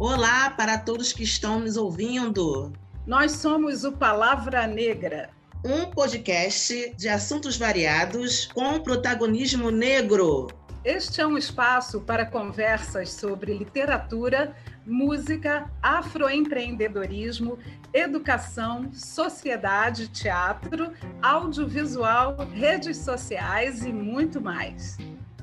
Olá para todos que estão nos ouvindo. Nós somos o Palavra Negra, um podcast de assuntos variados com protagonismo negro. Este é um espaço para conversas sobre literatura, música, afroempreendedorismo, educação, sociedade, teatro, audiovisual, redes sociais e muito mais.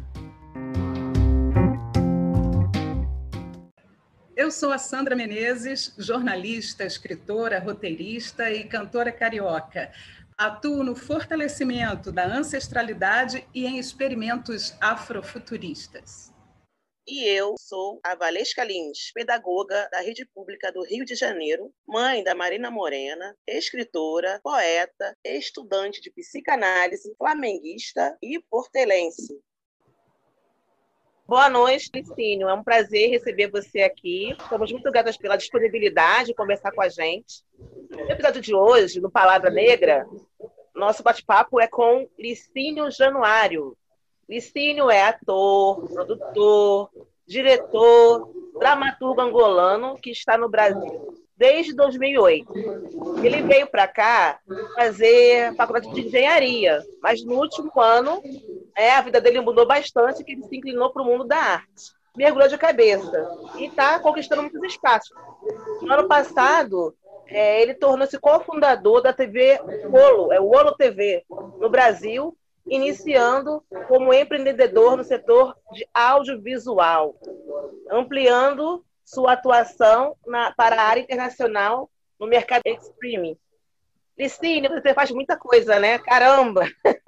Eu sou a Sandra Menezes, jornalista, escritora, roteirista e cantora carioca. Atuo no fortalecimento da ancestralidade e em experimentos afrofuturistas. E eu sou a Valesca Lins, pedagoga da Rede Pública do Rio de Janeiro, mãe da Marina Morena, escritora, poeta, estudante de psicanálise, flamenguista e portelense. Boa noite, Licínio. É um prazer receber você aqui. Estamos muito gratas pela disponibilidade de conversar com a gente. No episódio de hoje, no Palavra Negra, nosso bate-papo é com Licínio Januário. Licínio é ator, produtor, diretor, dramaturgo angolano que está no Brasil desde 2008. Ele veio para cá fazer faculdade de engenharia, mas no último ano a vida dele mudou bastante, que ele se inclinou para o mundo da arte. Mergulhou de cabeça e está conquistando muitos espaços. No ano passado, ele tornou-se cofundador da TV Olo, o Olo TV, no Brasil, iniciando como empreendedor no setor de audiovisual, ampliando sua atuação para a área internacional no mercado de streaming. Licínio, você faz muita coisa, né? Caramba!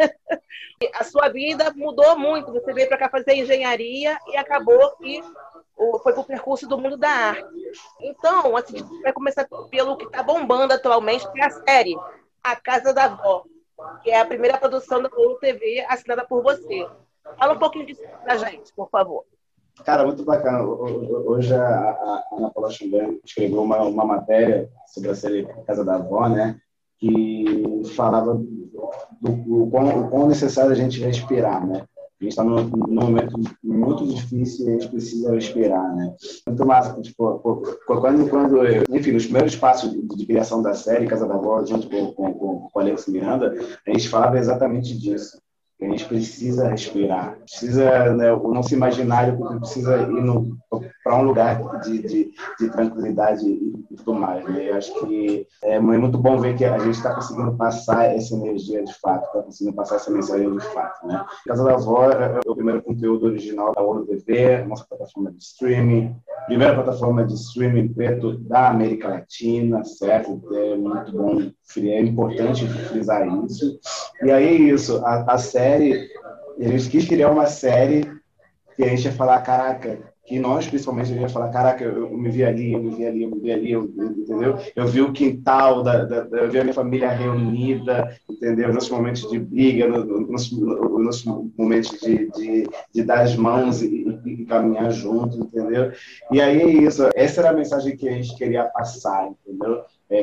A sua vida mudou muito. Você veio para cá fazer engenharia e acabou que foi para o percurso do mundo da arte. Então, assim, a gente vai começar pelo que está bombando atualmente, que é a série A Casa da Vó, que é a primeira produção da Olo TV assinada por você. Fala um pouquinho disso pra gente, por favor. Cara, muito bacana. Hoje a Ana Paula Schumberg escreveu uma matéria sobre a série Casa da Vó, né? Que falava do quão necessário a gente respirar, né? A gente está num momento muito difícil e a gente precisa respirar, né? Muito massa. Tipo, quando enfim, nos primeiros passos de criação da série Casa da Vó, junto com o Alex Miranda, a gente falava exatamente disso. A gente precisa respirar, precisa, né, o nosso imaginário precisa ir para um lugar de tranquilidade e tudo mais. Né? Eu acho que é muito bom ver que a gente está conseguindo passar essa energia de fato, está conseguindo passar essa mensagem de fato. Né? Casa da Avó é o primeiro conteúdo original da Olo TV, nossa plataforma de streaming, primeira plataforma de streaming preto da América Latina, certo? É muito bom, é importante frisar isso. E aí isso, a série, a gente quis criar uma série que a gente ia falar, caraca, que nós principalmente ia falar, caraca, eu me vi ali, entendeu? Eu vi o quintal, eu vi a minha família reunida, entendeu? Nossos momentos de briga, nossos momentos de dar as mãos e caminhar juntos, entendeu? E aí é isso, essa era a mensagem que a gente queria passar, entendeu? É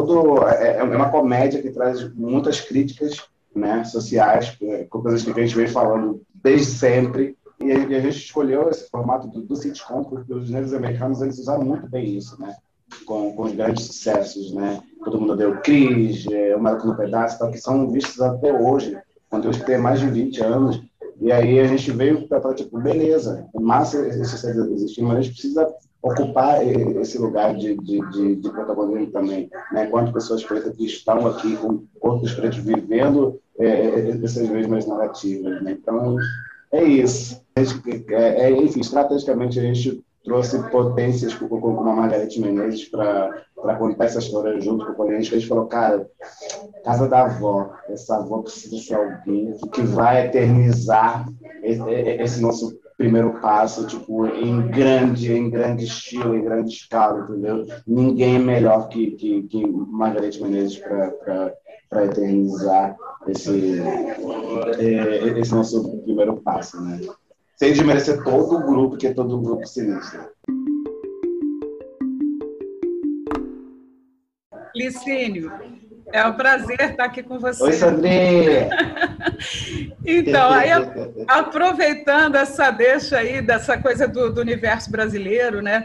uma comédia que traz muitas críticas, né, sociais, com coisas que a gente vem falando desde sempre, e a gente escolheu esse formato do sitcom porque os negros americanos eles usaram muito bem isso, né, com os grandes sucessos, né, Todo Mundo Odeia o Chris, O Maluco no Pedaço, tal, que são vistos até hoje, conteúdos que tem mais de 20 anos, e aí a gente veio para tipo, beleza, massa esse série existir, mas a gente precisa ocupar esse lugar de protagonismo também, né? Quantas pessoas pretas que estão aqui com outros pretos vivendo essas mesmas narrativas, né? Então, é isso. Enfim, estrategicamente a gente trouxe potências como a Margareth Menezes para contar essa história junto com a gente. A gente falou, cara, Casa da Avó, essa avó precisa ser alguém que vai eternizar esse nosso primeiro passo, tipo, em grande estilo, em grande escala, entendeu? Ninguém melhor que Margareth Menezes para eternizar esse nosso primeiro passo, né? Sem desmerecer todo o grupo, que é todo o grupo sinistro. Licínio, é um prazer estar aqui com você. Oi, Sandrinha! Então, aí, aproveitando essa deixa aí, dessa coisa do universo brasileiro, né?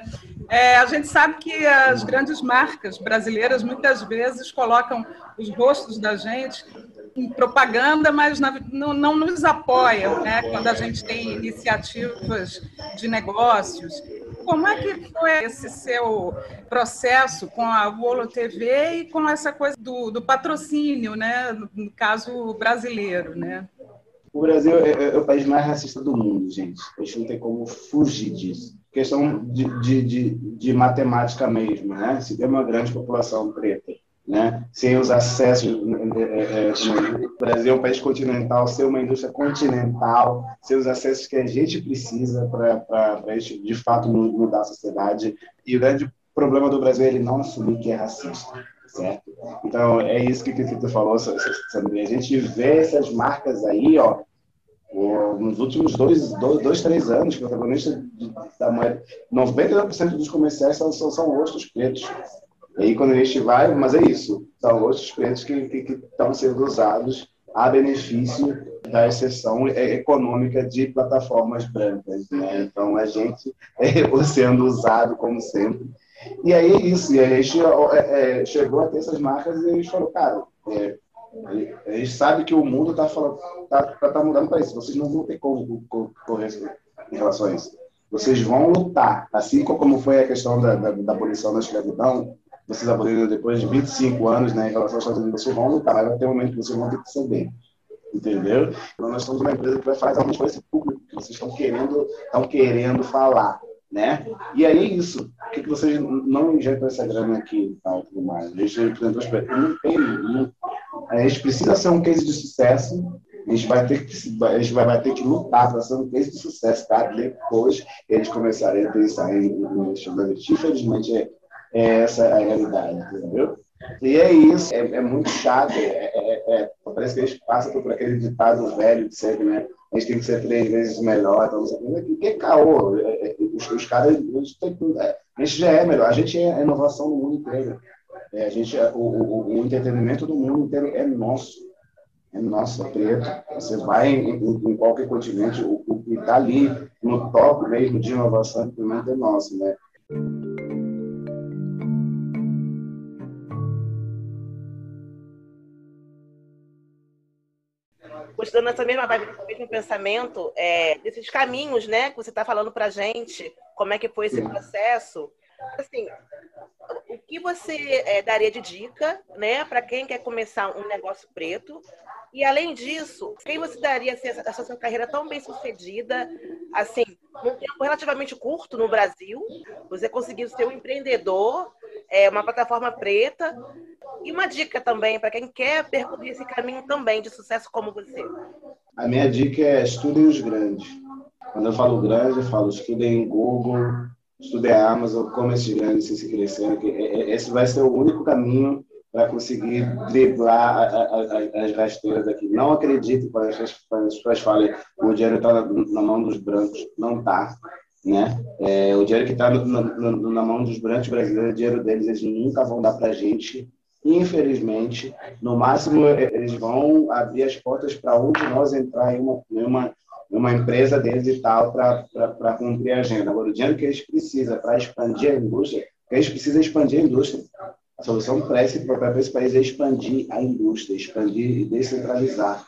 A gente sabe que as grandes marcas brasileiras muitas vezes colocam os rostos da gente em propaganda, mas não nos apoiam, né? Quando a gente tem iniciativas de negócios. Como é que foi esse seu processo com a Uolo TV e com essa coisa do patrocínio, né? No caso brasileiro, né? O Brasil é o país mais racista do mundo, gente. A gente não tem como fugir disso. Questão de matemática mesmo, né? Se tem uma grande população preta, né? Sem os acessos, o Brasil é um país continental, ser uma indústria continental, ser os acessos que a gente precisa para a gente, de fato, mudar a sociedade. E o grande problema do Brasil é ele não assumir que é racista, certo? Então, é isso que tu falou, Sandrinha. A gente vê essas marcas aí, ó, nos últimos 3 anos, que o protagonista da moeda, 99% dos comerciais são rostos pretos. E aí, quando a gente vai, mas é isso, são rostos pretos que estão sendo usados a benefício da exceção econômica de plataformas brancas, né? Então, a gente sendo usado como sempre. E aí é isso, e a gente chegou a ter essas marcas e a gente falou, cara, a gente sabe que o mundo tá mudando para isso, vocês não vão ter como correr em relação a isso. Vocês vão lutar, assim como foi a questão da abolição da escravidão, vocês aboliram depois de 25 anos, né, em relação aos Estados Unidos, vocês vão lutar, mas vai ter um momento que vocês vão ter que ceder, entendeu? Então nós somos uma empresa que vai fazer realmente com esse público que vocês estão querendo falar, né? E aí é isso. Por que vocês não injetam essa grana aqui e tal, tudo mais? A gente representou a gente precisa ser um case de sucesso. A gente vai ter que lutar para ser um case de sucesso, tá? Depois eles começarem a pensar em investimento. Infelizmente é essa a realidade, entendeu? E é isso, é muito chato. Parece que a gente passa por aquele ditado velho de sempre, né? A gente tem que ser 3 vezes melhor. Então, que é caô? Os caras, a gente já é melhor. A gente é inovação no mundo inteiro. O entretenimento do mundo inteiro é nosso. É nosso, é preto. Você vai em qualquer continente, o que está ali no top mesmo de inovação é nosso, né? Continuando nessa mesma vibe, nesse mesmo pensamento, desses caminhos, né, que você está falando para a gente, como é que foi esse processo, assim, o que você daria de dica, né, para quem quer começar um negócio preto? E, além disso, quem você daria essa sua carreira tão bem sucedida, assim, num tempo relativamente curto no Brasil, você conseguiu ser um empreendedor, uma plataforma preta, e uma dica também para quem quer percorrer esse caminho também de sucesso como você? A minha dica é estudem os grandes. Quando eu falo grande, eu falo estudem Google, estudem a Amazon, como esses grandes se crescerem. Esse vai ser o único caminho para conseguir driblar as rasteiras aqui. Não acredito quando as pessoas falam o dinheiro está na mão dos brancos. Não está. Né? O dinheiro que está na mão dos brancos brasileiros, o dinheiro deles, eles nunca vão dar para a gente. Infelizmente, no máximo, eles vão abrir as portas para um de nós entrar em uma empresa deles e tal para cumprir a agenda. Agora, o dinheiro que eles precisam para expandir a indústria, eles precisam expandir a indústria. A solução para esse país é expandir a indústria, expandir e descentralizar.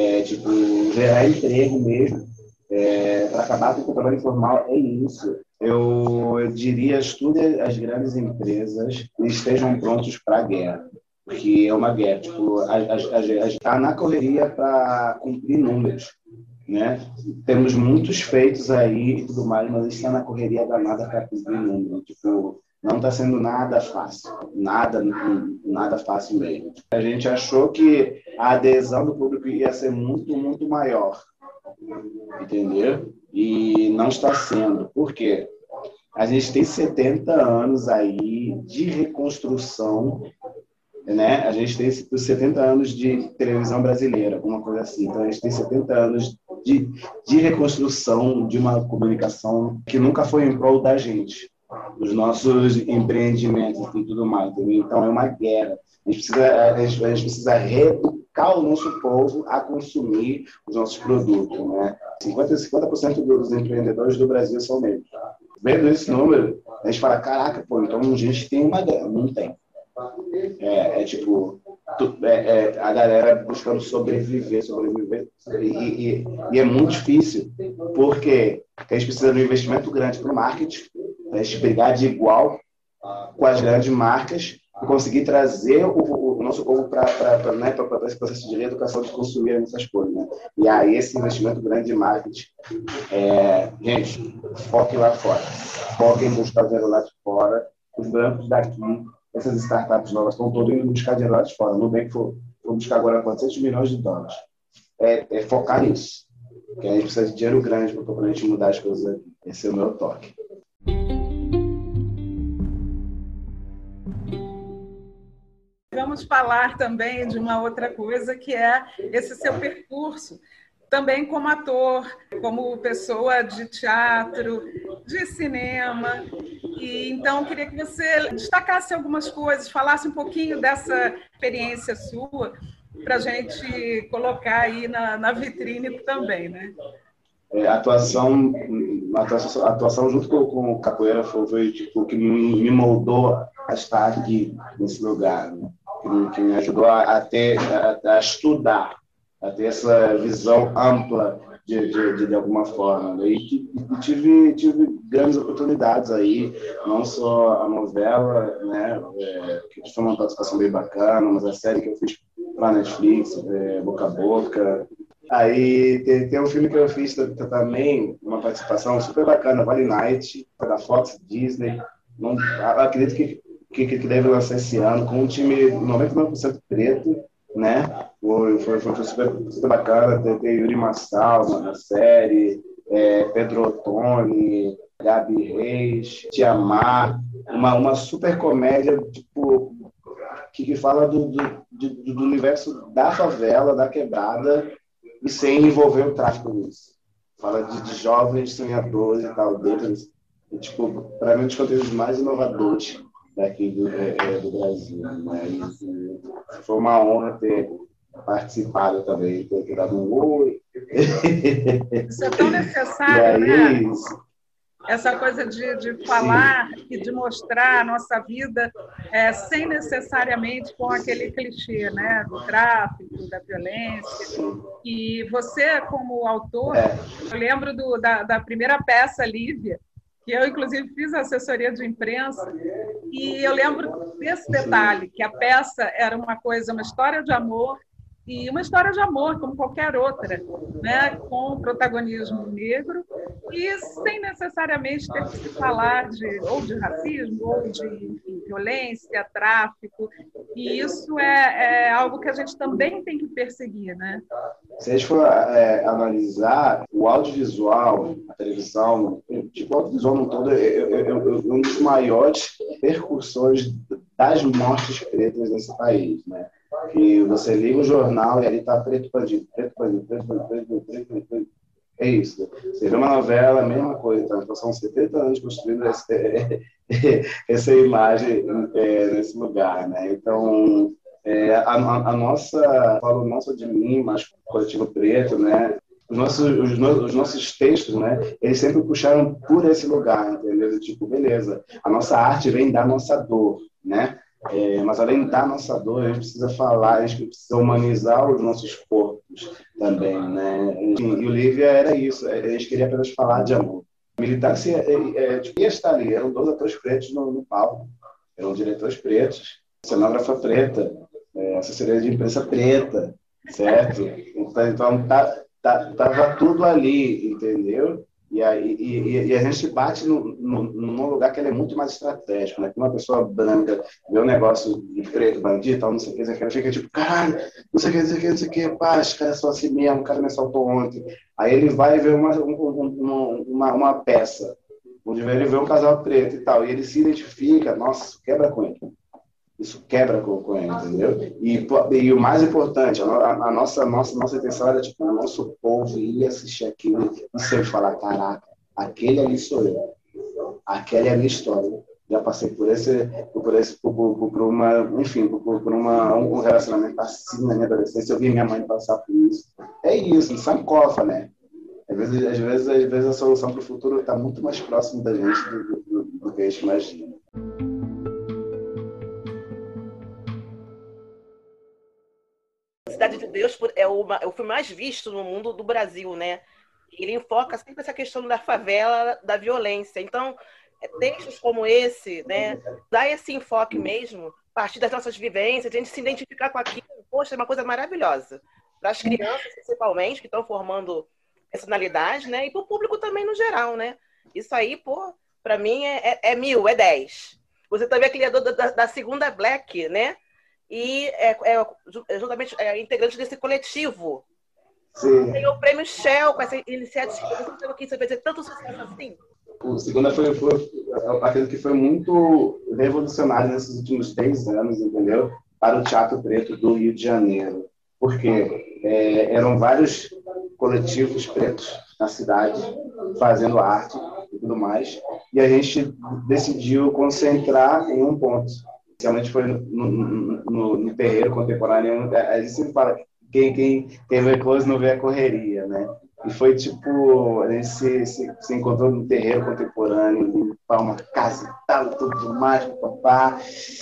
Gerar emprego mesmo, para acabar com o trabalho informal, é isso. Eu diria, estudem as grandes empresas e estejam prontos para a guerra, porque é uma guerra. A gente está na correria para cumprir números, né? Temos muitos feitos aí e tudo mais, mas a gente está na correria danada para cumprir números. Não está sendo nada fácil, nada fácil mesmo. A gente achou que a adesão do público ia ser muito, muito maior, entendeu? E não está sendo. Por quê? A gente tem 70 anos aí de reconstrução, né? A gente tem 70 anos de televisão brasileira, alguma coisa assim. Então, a gente tem 70 anos de reconstrução de uma comunicação que nunca foi em prol da gente, dos nossos empreendimentos e tudo mais. Entendeu? Então, é uma guerra. A gente precisa reeducar o nosso povo a consumir os nossos produtos, né? 50% dos empreendedores do Brasil são negros. Vendo esse número, A gente fala, caraca, pô, então a gente tem uma grana. Não tem. Tipo, a galera buscando sobreviver. E é muito difícil, porque a gente precisa de um investimento grande para o marketing, a gente brigar de igual com as grandes marcas e conseguir trazer o nosso povo para esse processo de reeducação de consumir essas coisas. Né? E aí, esse investimento grande de marketing, gente, foque lá fora. Foque em buscar dinheiro lá de fora. Os brancos daqui, essas startups novas estão todas indo buscar dinheiro lá de fora. No bem que for buscar agora $400 milhões. É focar nisso. Porque a gente precisa de dinheiro grande para a gente mudar as coisas aqui. Esse é o meu toque. Vamos falar também de uma outra coisa, que é esse seu percurso, também como ator, como pessoa de teatro, de cinema. E, então, queria que você destacasse algumas coisas, falasse um pouquinho dessa experiência sua, para a gente colocar aí na vitrine também, né? A atuação junto com o capoeira foi tipo, que me moldou a estar aqui, nesse lugar, né? Que me ajudou a estudar, a ter essa visão ampla de alguma forma. Né? E tive grandes oportunidades aí, não só a novela, né, que foi uma participação bem bacana, mas a série que eu fiz para Netflix, Boca a Boca. Aí tem um filme que eu fiz também, uma participação super bacana, Vale Night, da Fox Disney. Não, acredito que deve lançar esse ano, com um time 99% preto, né? Foi super bacana. Tem Yuri Massal na série, Pedro Ottoni, Gabi Reis, Tiamar, uma super comédia tipo, que fala do universo da favela, da quebrada, e sem envolver o tráfico nisso. Fala de jovens sonhadores e tal, dentro. E, tipo, para mim, um dos conteúdos mais inovadores daqui do Brasil. Né? E foi uma honra ter participado também, ter dado um oi. Isso é tão necessário, né? Essa coisa de falar Sim. E de mostrar a nossa vida sem necessariamente com aquele clichê, né? Do tráfico, da violência. E você, como autor, eu lembro da primeira peça, Lívia, que eu, inclusive, fiz a assessoria de imprensa, e eu lembro desse detalhe, que a peça era uma história de amor, e uma história de amor, como qualquer outra, né? Com protagonismo negro, e sem necessariamente ter que se falar ou de racismo, ou de enfim, violência, tráfico, e isso é algo que a gente também tem que perseguir, né? Se a gente for analisar o audiovisual, a televisão, tipo, o audiovisual no todo, é um dos maiores percursores das mortes pretas nesse país, né? Que você liga o jornal e ali está preto bandido. É isso. Você vê uma novela, a mesma coisa. Então, são 70 anos construindo essa imagem nesse lugar, né? Então, falo nossa de mim, mas coletivo preto, né? Os nossos textos, né? Eles sempre puxaram por esse lugar, entendeu? Tipo, beleza, a nossa arte vem da nossa dor, né? Mas além da nossa dor, a gente precisa falar, a gente precisa humanizar os nossos corpos também, né? E o Lívia era isso, a gente queria apenas falar de amor. Militar ia estar ali, eram 2 atores pretos no palco, eram diretores pretos, cenógrafa preta, assessoria de imprensa preta, certo? Então tava tudo ali, entendeu? E a gente bate num lugar que ele é muito mais estratégico, né? Que uma pessoa branca vê um negócio de preto, bandido, tal, não sei o que, fica tipo, caralho, não sei o que, pá, esse cara é só assim mesmo, o cara me assaltou ontem. Aí ele vai ver uma peça, onde ele vê um casal preto e tal, e ele se identifica, nossa, isso quebra com ele. Isso quebra com ele, entendeu? E o mais importante, a nossa intenção era, tipo, o nosso povo ir assistir aquilo e sempre falar, caraca, aquele ali sou eu. Aquela é a minha história. Já passei por um relacionamento assim na minha adolescência, eu vi minha mãe passar por isso. É isso, sancofa, né? Às vezes a solução para o futuro está muito mais próximo da gente do que gigantesco, imagina. Cidade de Deus é o filme mais visto no mundo do Brasil, né? Ele enfoca sempre essa questão da favela, da violência. Então, textos como esse, né, dá esse enfoque mesmo, a partir das nossas vivências, a gente se identificar com aquilo, poxa, é uma coisa maravilhosa. Para as crianças, principalmente, que estão formando personalidade, né? E para o público também no geral, né? Isso aí, pô, para mim é 1000, é 10. Você também é criador da Segunda Black, né? E juntamente integrante desse coletivo. Sim. Tem o Prêmio Shell com essa iniciativa. Você sabe o que isso vai fazer tanto sucesso assim? O Segunda eu acredito que foi muito revolucionário nesses últimos 3 anos, entendeu? Para o Teatro Preto do Rio de Janeiro. Porque eram vários coletivos pretos na cidade fazendo arte e tudo mais. E a gente decidiu concentrar em um ponto. Inicialmente foi no terreiro contemporâneo. A gente sempre fala quem vê close não vê a correria, né? E foi tipo, a gente se encontrou no terreiro contemporâneo, uma casa e tal, tudo mais, papá.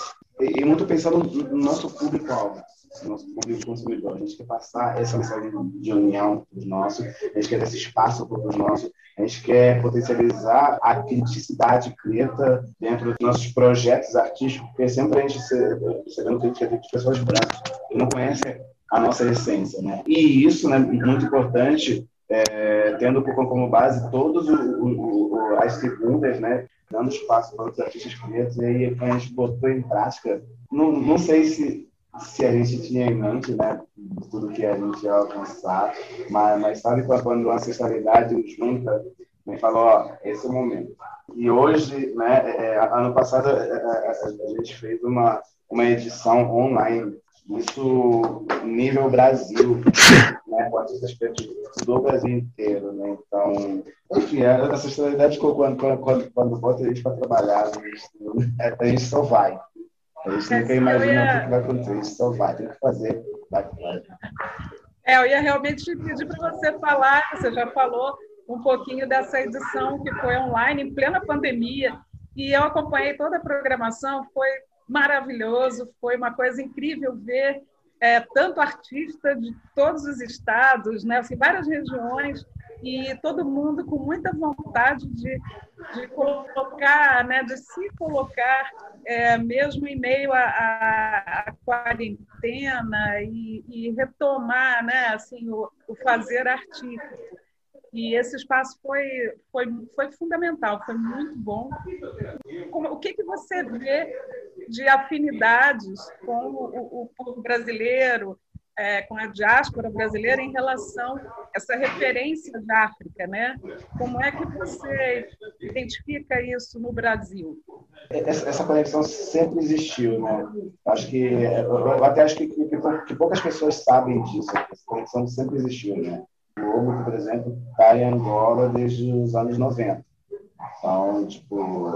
E muito pensando no nosso público-alvo, nosso público consumidor. A gente quer passar essa mensagem de união para os nossos, a gente quer esse espaço para os nossos, a gente quer potencializar a criticidade preta dentro dos nossos projetos artísticos, porque sempre a gente recebendo crítica de pessoas brancas que não conhecem a nossa essência, né? E isso, né, muito importante, tendo como base todas as segundas, né, dando espaço para os artistas pretos, e aí a gente botou em prática. Não sei se a gente tinha em mente, né, tudo que a gente ia alcançar, mas sabe quando a ancestralidade junta e fala, ó, esse é o momento. E hoje, né, ano passado, a gente fez uma edição online, isso nível Brasil, né, com artistas pretos do Brasil inteiro, né? Então, enfim, a ancestralidade quando bota a gente para trabalhar, a gente só vai. A gente nunca imagina o que vai acontecer, a gente só vai, tem que fazer. Vai. Eu ia realmente pedir para você falar, você já falou um pouquinho dessa edição que foi online, em plena pandemia, e eu acompanhei toda a programação, foi maravilhoso, foi uma coisa incrível ver tanto artista de todos os estados, né, assim, várias regiões, e todo mundo com muita vontade de colocar, né, de se colocar mesmo em meio à quarentena e retomar, né, assim, o fazer artístico. E esse espaço foi fundamental, foi muito bom. O que você vê de afinidades com o povo brasileiro, com a diáspora brasileira em relação a essa referência da África, né? Como é que você identifica isso no Brasil? Essa conexão sempre existiu, né? Eu até acho que poucas pessoas sabem disso. Essa conexão sempre existiu, né? O Globo, por exemplo, está em Angola desde os anos 90. Então, tipo,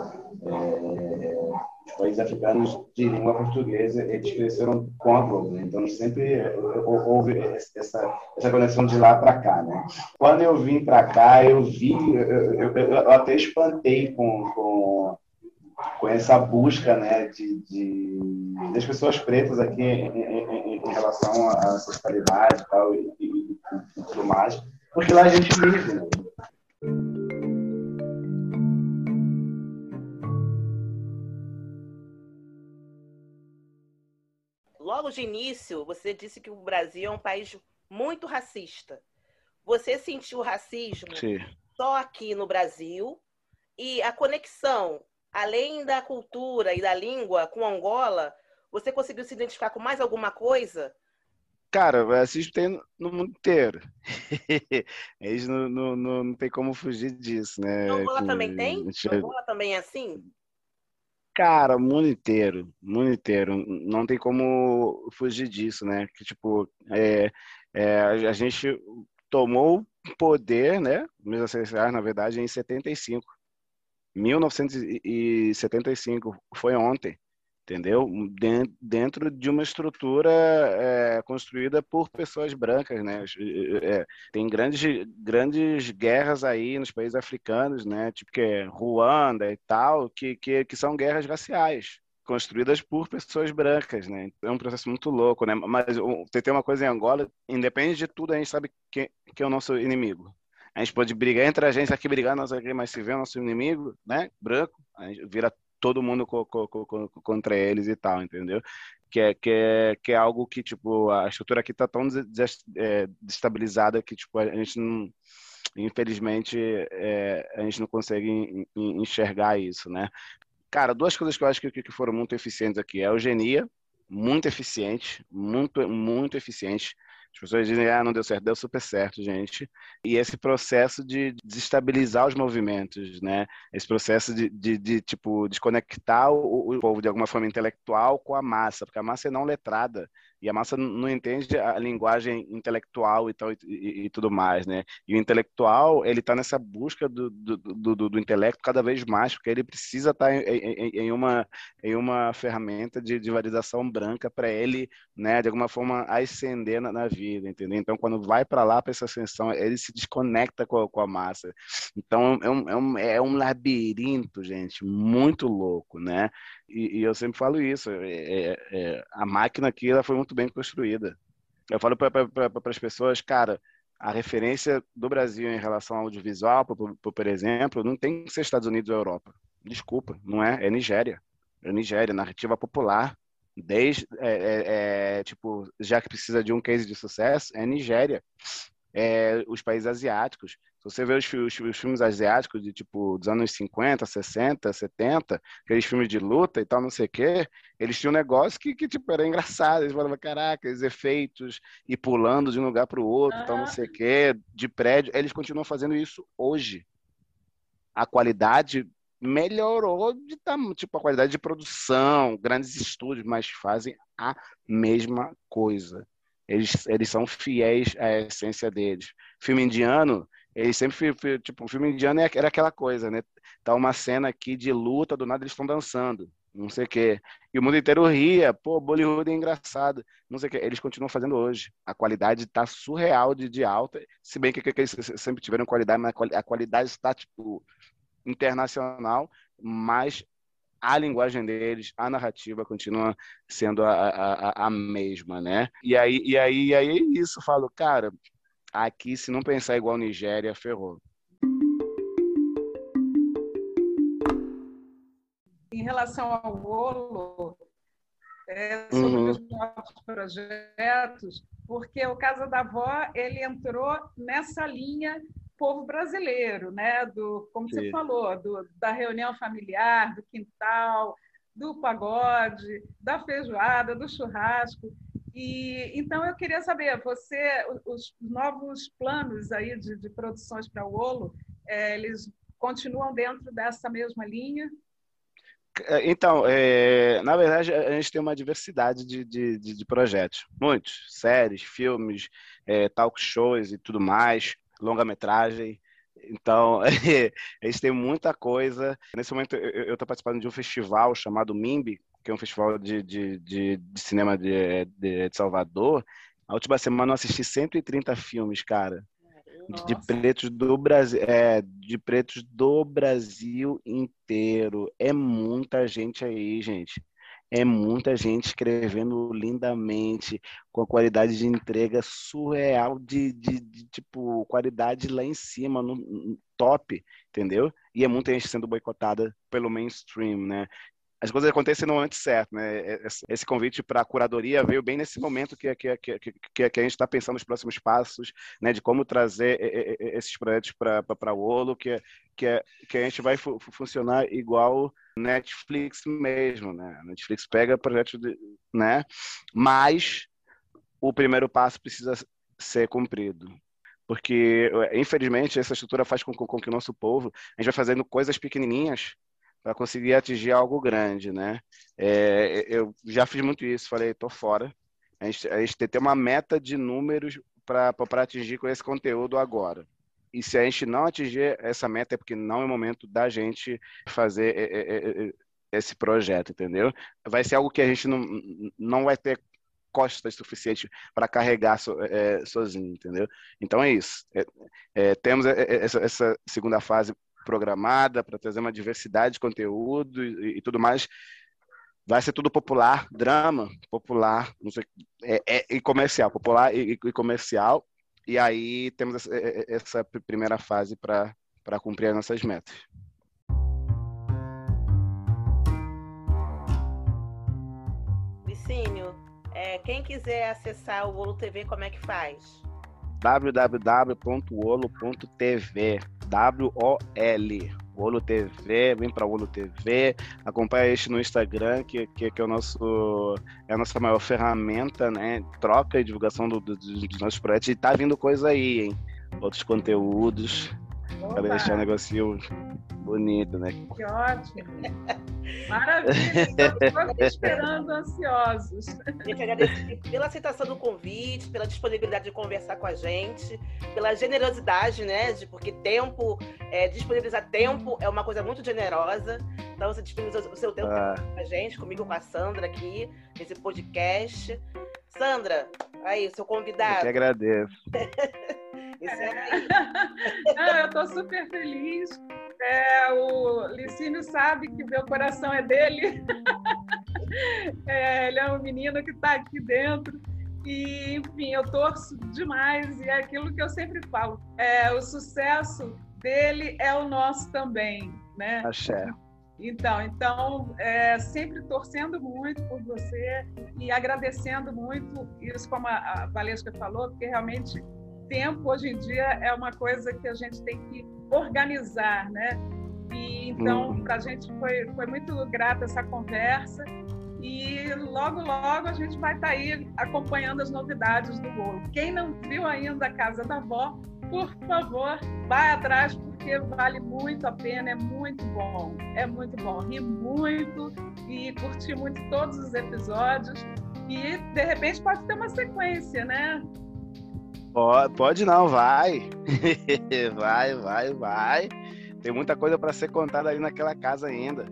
os países africanos de língua portuguesa, eles cresceram com a Globo, né? Então sempre houve essa conexão de lá para cá, né? Quando eu vim para cá, eu até espantei com essa busca, né, das pessoas pretas aqui em relação à sexualidade e tal, e tudo mais, porque lá a gente vive, né? Logo de início, você disse que o Brasil é um país muito racista. Você sentiu racismo Sim. só aqui no Brasil? E a conexão, além da cultura e da língua com Angola, você conseguiu se identificar com mais alguma coisa? Cara, o racismo tem no mundo inteiro. Eles não tem como fugir disso, né? Angola também tem? Angola também é assim? Cara, o mundo inteiro, não tem como fugir disso, né? Que tipo, a gente tomou poder, né? Meus ancestrais, na verdade, em 75. 1975 foi ontem. entendeu? Dentro de uma estrutura construída por pessoas brancas, né? Tem grandes guerras aí nos países africanos, né? Tipo que é Ruanda e tal, que são guerras raciais construídas por pessoas brancas, né? É um processo muito louco, né? Mas tem uma coisa em Angola, independente de tudo, a gente sabe que é o nosso inimigo. A gente pode brigar entre a gente aqui, brigar, nós aqui, mas se vê o nosso inimigo, né? Branco, a gente vira todo mundo contra eles e tal, entendeu? Que é algo que, tipo, a estrutura aqui tá tão destabilizada que, tipo, a gente não, infelizmente, a gente não consegue enxergar isso, né? Cara, duas coisas que eu acho que foram muito eficientes aqui. A eugenia, muito eficiente, muito eficiente. As pessoas dizem, não deu certo, deu super certo, gente. E esse processo de desestabilizar os movimentos, né? Esse processo tipo, desconectar o povo de alguma forma intelectual com a massa, porque a massa é não letrada. E a massa não entende a linguagem intelectual e, tal, e tudo mais, né? E o intelectual, ele está nessa busca do intelecto cada vez mais, porque ele precisa estar em uma ferramenta de validação branca para ele, né, de alguma forma, ascender na vida, entendeu? Então, quando vai para lá, para essa ascensão, ele se desconecta com a massa. Então, é um labirinto, gente, muito louco, né? E eu sempre falo isso, a máquina aqui ela foi muito bem construída. Eu falo para as pessoas, cara, a referência do Brasil em relação ao audiovisual, por exemplo, não tem que ser Estados Unidos ou Europa. Desculpa, não é Nigéria. É Nigéria, narrativa popular. Tipo, já que precisa de um case de sucesso, é Nigéria. Os países asiáticos. Se você vê os filmes asiáticos de tipo dos anos 50, 60, 70, aqueles filmes de luta e tal, não sei o quê, eles tinham um negócio que tipo, era engraçado. Eles falavam, caraca, os efeitos e pulando de um lugar para o outro, tal, não sei o quê, de prédio. Eles continuam fazendo isso hoje. A qualidade melhorou tipo, a qualidade de produção, grandes estúdios, mas fazem a mesma coisa. Eles são fiéis à essência deles. Filme indiano, eles sempre, tipo, o filme indiano era aquela coisa, né? Tá uma cena aqui de luta, do nada eles estão dançando, não sei o quê. E o mundo inteiro ria, pô, Bollywood é engraçado, não sei o quê. Eles continuam fazendo hoje. A qualidade tá surreal de alta, se bem que eles sempre tiveram qualidade, mas a qualidade está, tipo, internacional, mas a linguagem deles, a narrativa continua sendo a mesma, né? E aí é isso, eu falo, cara, aqui se não pensar igual Nigéria, ferrou. Em relação ao Olo, sobre os novos projetos, porque o Casa da Vó ele entrou nessa linha povo brasileiro, né? Como você falou, da reunião familiar, do quintal, do pagode, da feijoada, do churrasco. E então eu queria saber, os novos planos aí de produções para o Olo, eles continuam dentro dessa mesma linha? Então, na verdade, a gente tem uma diversidade de projetos. Muitos, séries, filmes, talk shows e tudo mais, longa-metragem. Então, a gente tem muita coisa. Nesse momento, eu estou participando de um festival chamado MIMBI, que é um festival de cinema de Salvador. A última semana eu assisti 130 filmes, cara. De pretos do Brasil, de pretos do Brasil inteiro. É muita gente aí, gente. É muita gente escrevendo lindamente, com a qualidade de entrega surreal, de tipo, qualidade lá em cima, no top, entendeu? E é muita gente sendo boicotada pelo mainstream, né? As coisas acontecem no momento certo, né? Esse convite para a curadoria veio bem nesse momento que a gente está pensando nos próximos passos, né? De como trazer esses projetos para o Olo, que a gente vai funcionar igual Netflix mesmo, né? A Netflix pega projetos, né? Mas o primeiro passo precisa ser cumprido. Porque, infelizmente, essa estrutura faz com que o nosso povo, a gente vai fazendo coisas pequenininhas para conseguir atingir algo grande, né? Eu já fiz muito isso, falei, tô fora. A gente tem uma meta de números para atingir com esse conteúdo agora. E se a gente não atingir essa meta, é porque não é o momento da gente fazer esse projeto, entendeu? Vai ser algo que a gente não vai ter costas suficiente para carregar sozinho, entendeu? Então é isso. Temos essa segunda fase programada para trazer uma diversidade de conteúdo e tudo mais. Vai ser tudo popular, drama, popular, não sei, e comercial, popular e comercial. E aí temos essa primeira fase para cumprir as nossas metas. Licínio, quem quiser acessar o Olo TV, como é que faz? www.olo.tv, WOL, Olo TV, vem para Olo TV, acompanha a gente no Instagram, que é a nossa maior ferramenta, né? Troca e divulgação dos nossos projetos, e tá vindo coisa aí, hein? Outros conteúdos, para deixar o negocinho bonito, né? Que ótimo! Maravilha! Estamos todos esperando, ansiosos. A gente agradece pela aceitação do convite, pela disponibilidade de conversar com a gente, pela generosidade, né? Porque disponibilizar tempo é uma coisa muito generosa. Então, você disponibiliza o seu tempo com a gente, comigo, com a Sandra aqui, nesse podcast. Sandra, aí, seu convidado. Eu que agradeço. Eu estou super feliz. O Licínio sabe que meu coração é dele. Ele é um menino que está aqui dentro. E, enfim, eu torço demais. E é aquilo que eu sempre falo. O sucesso dele é o nosso também, né? Axé. Então sempre torcendo muito por você e agradecendo muito isso, como a Valesca falou, porque realmente tempo hoje em dia é uma coisa que a gente tem que organizar, né? E então para a gente foi muito grata essa conversa, e logo a gente vai estar aí acompanhando as novidades do Olo. Quem não viu ainda a Casa da Vó, por favor, vai atrás, porque vale muito a pena, é muito bom, ri muito e curti muito todos os episódios, e de repente pode ter uma sequência, né? Pode não, vai. Vai. Tem muita coisa para ser contada ali naquela casa ainda.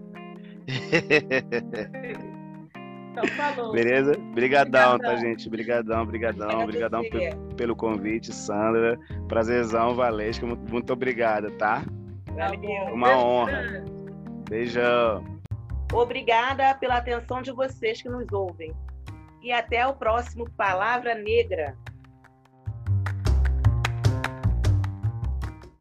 Então, falou. Beleza? Obrigadão, tá, gente? Obrigadão pelo convite, Sandra. Prazerzão, Valesca. Muito obrigado, tá? Valeu. Uma honra. Beijão. Obrigada pela atenção de vocês que nos ouvem. E até o próximo Palavra Negra.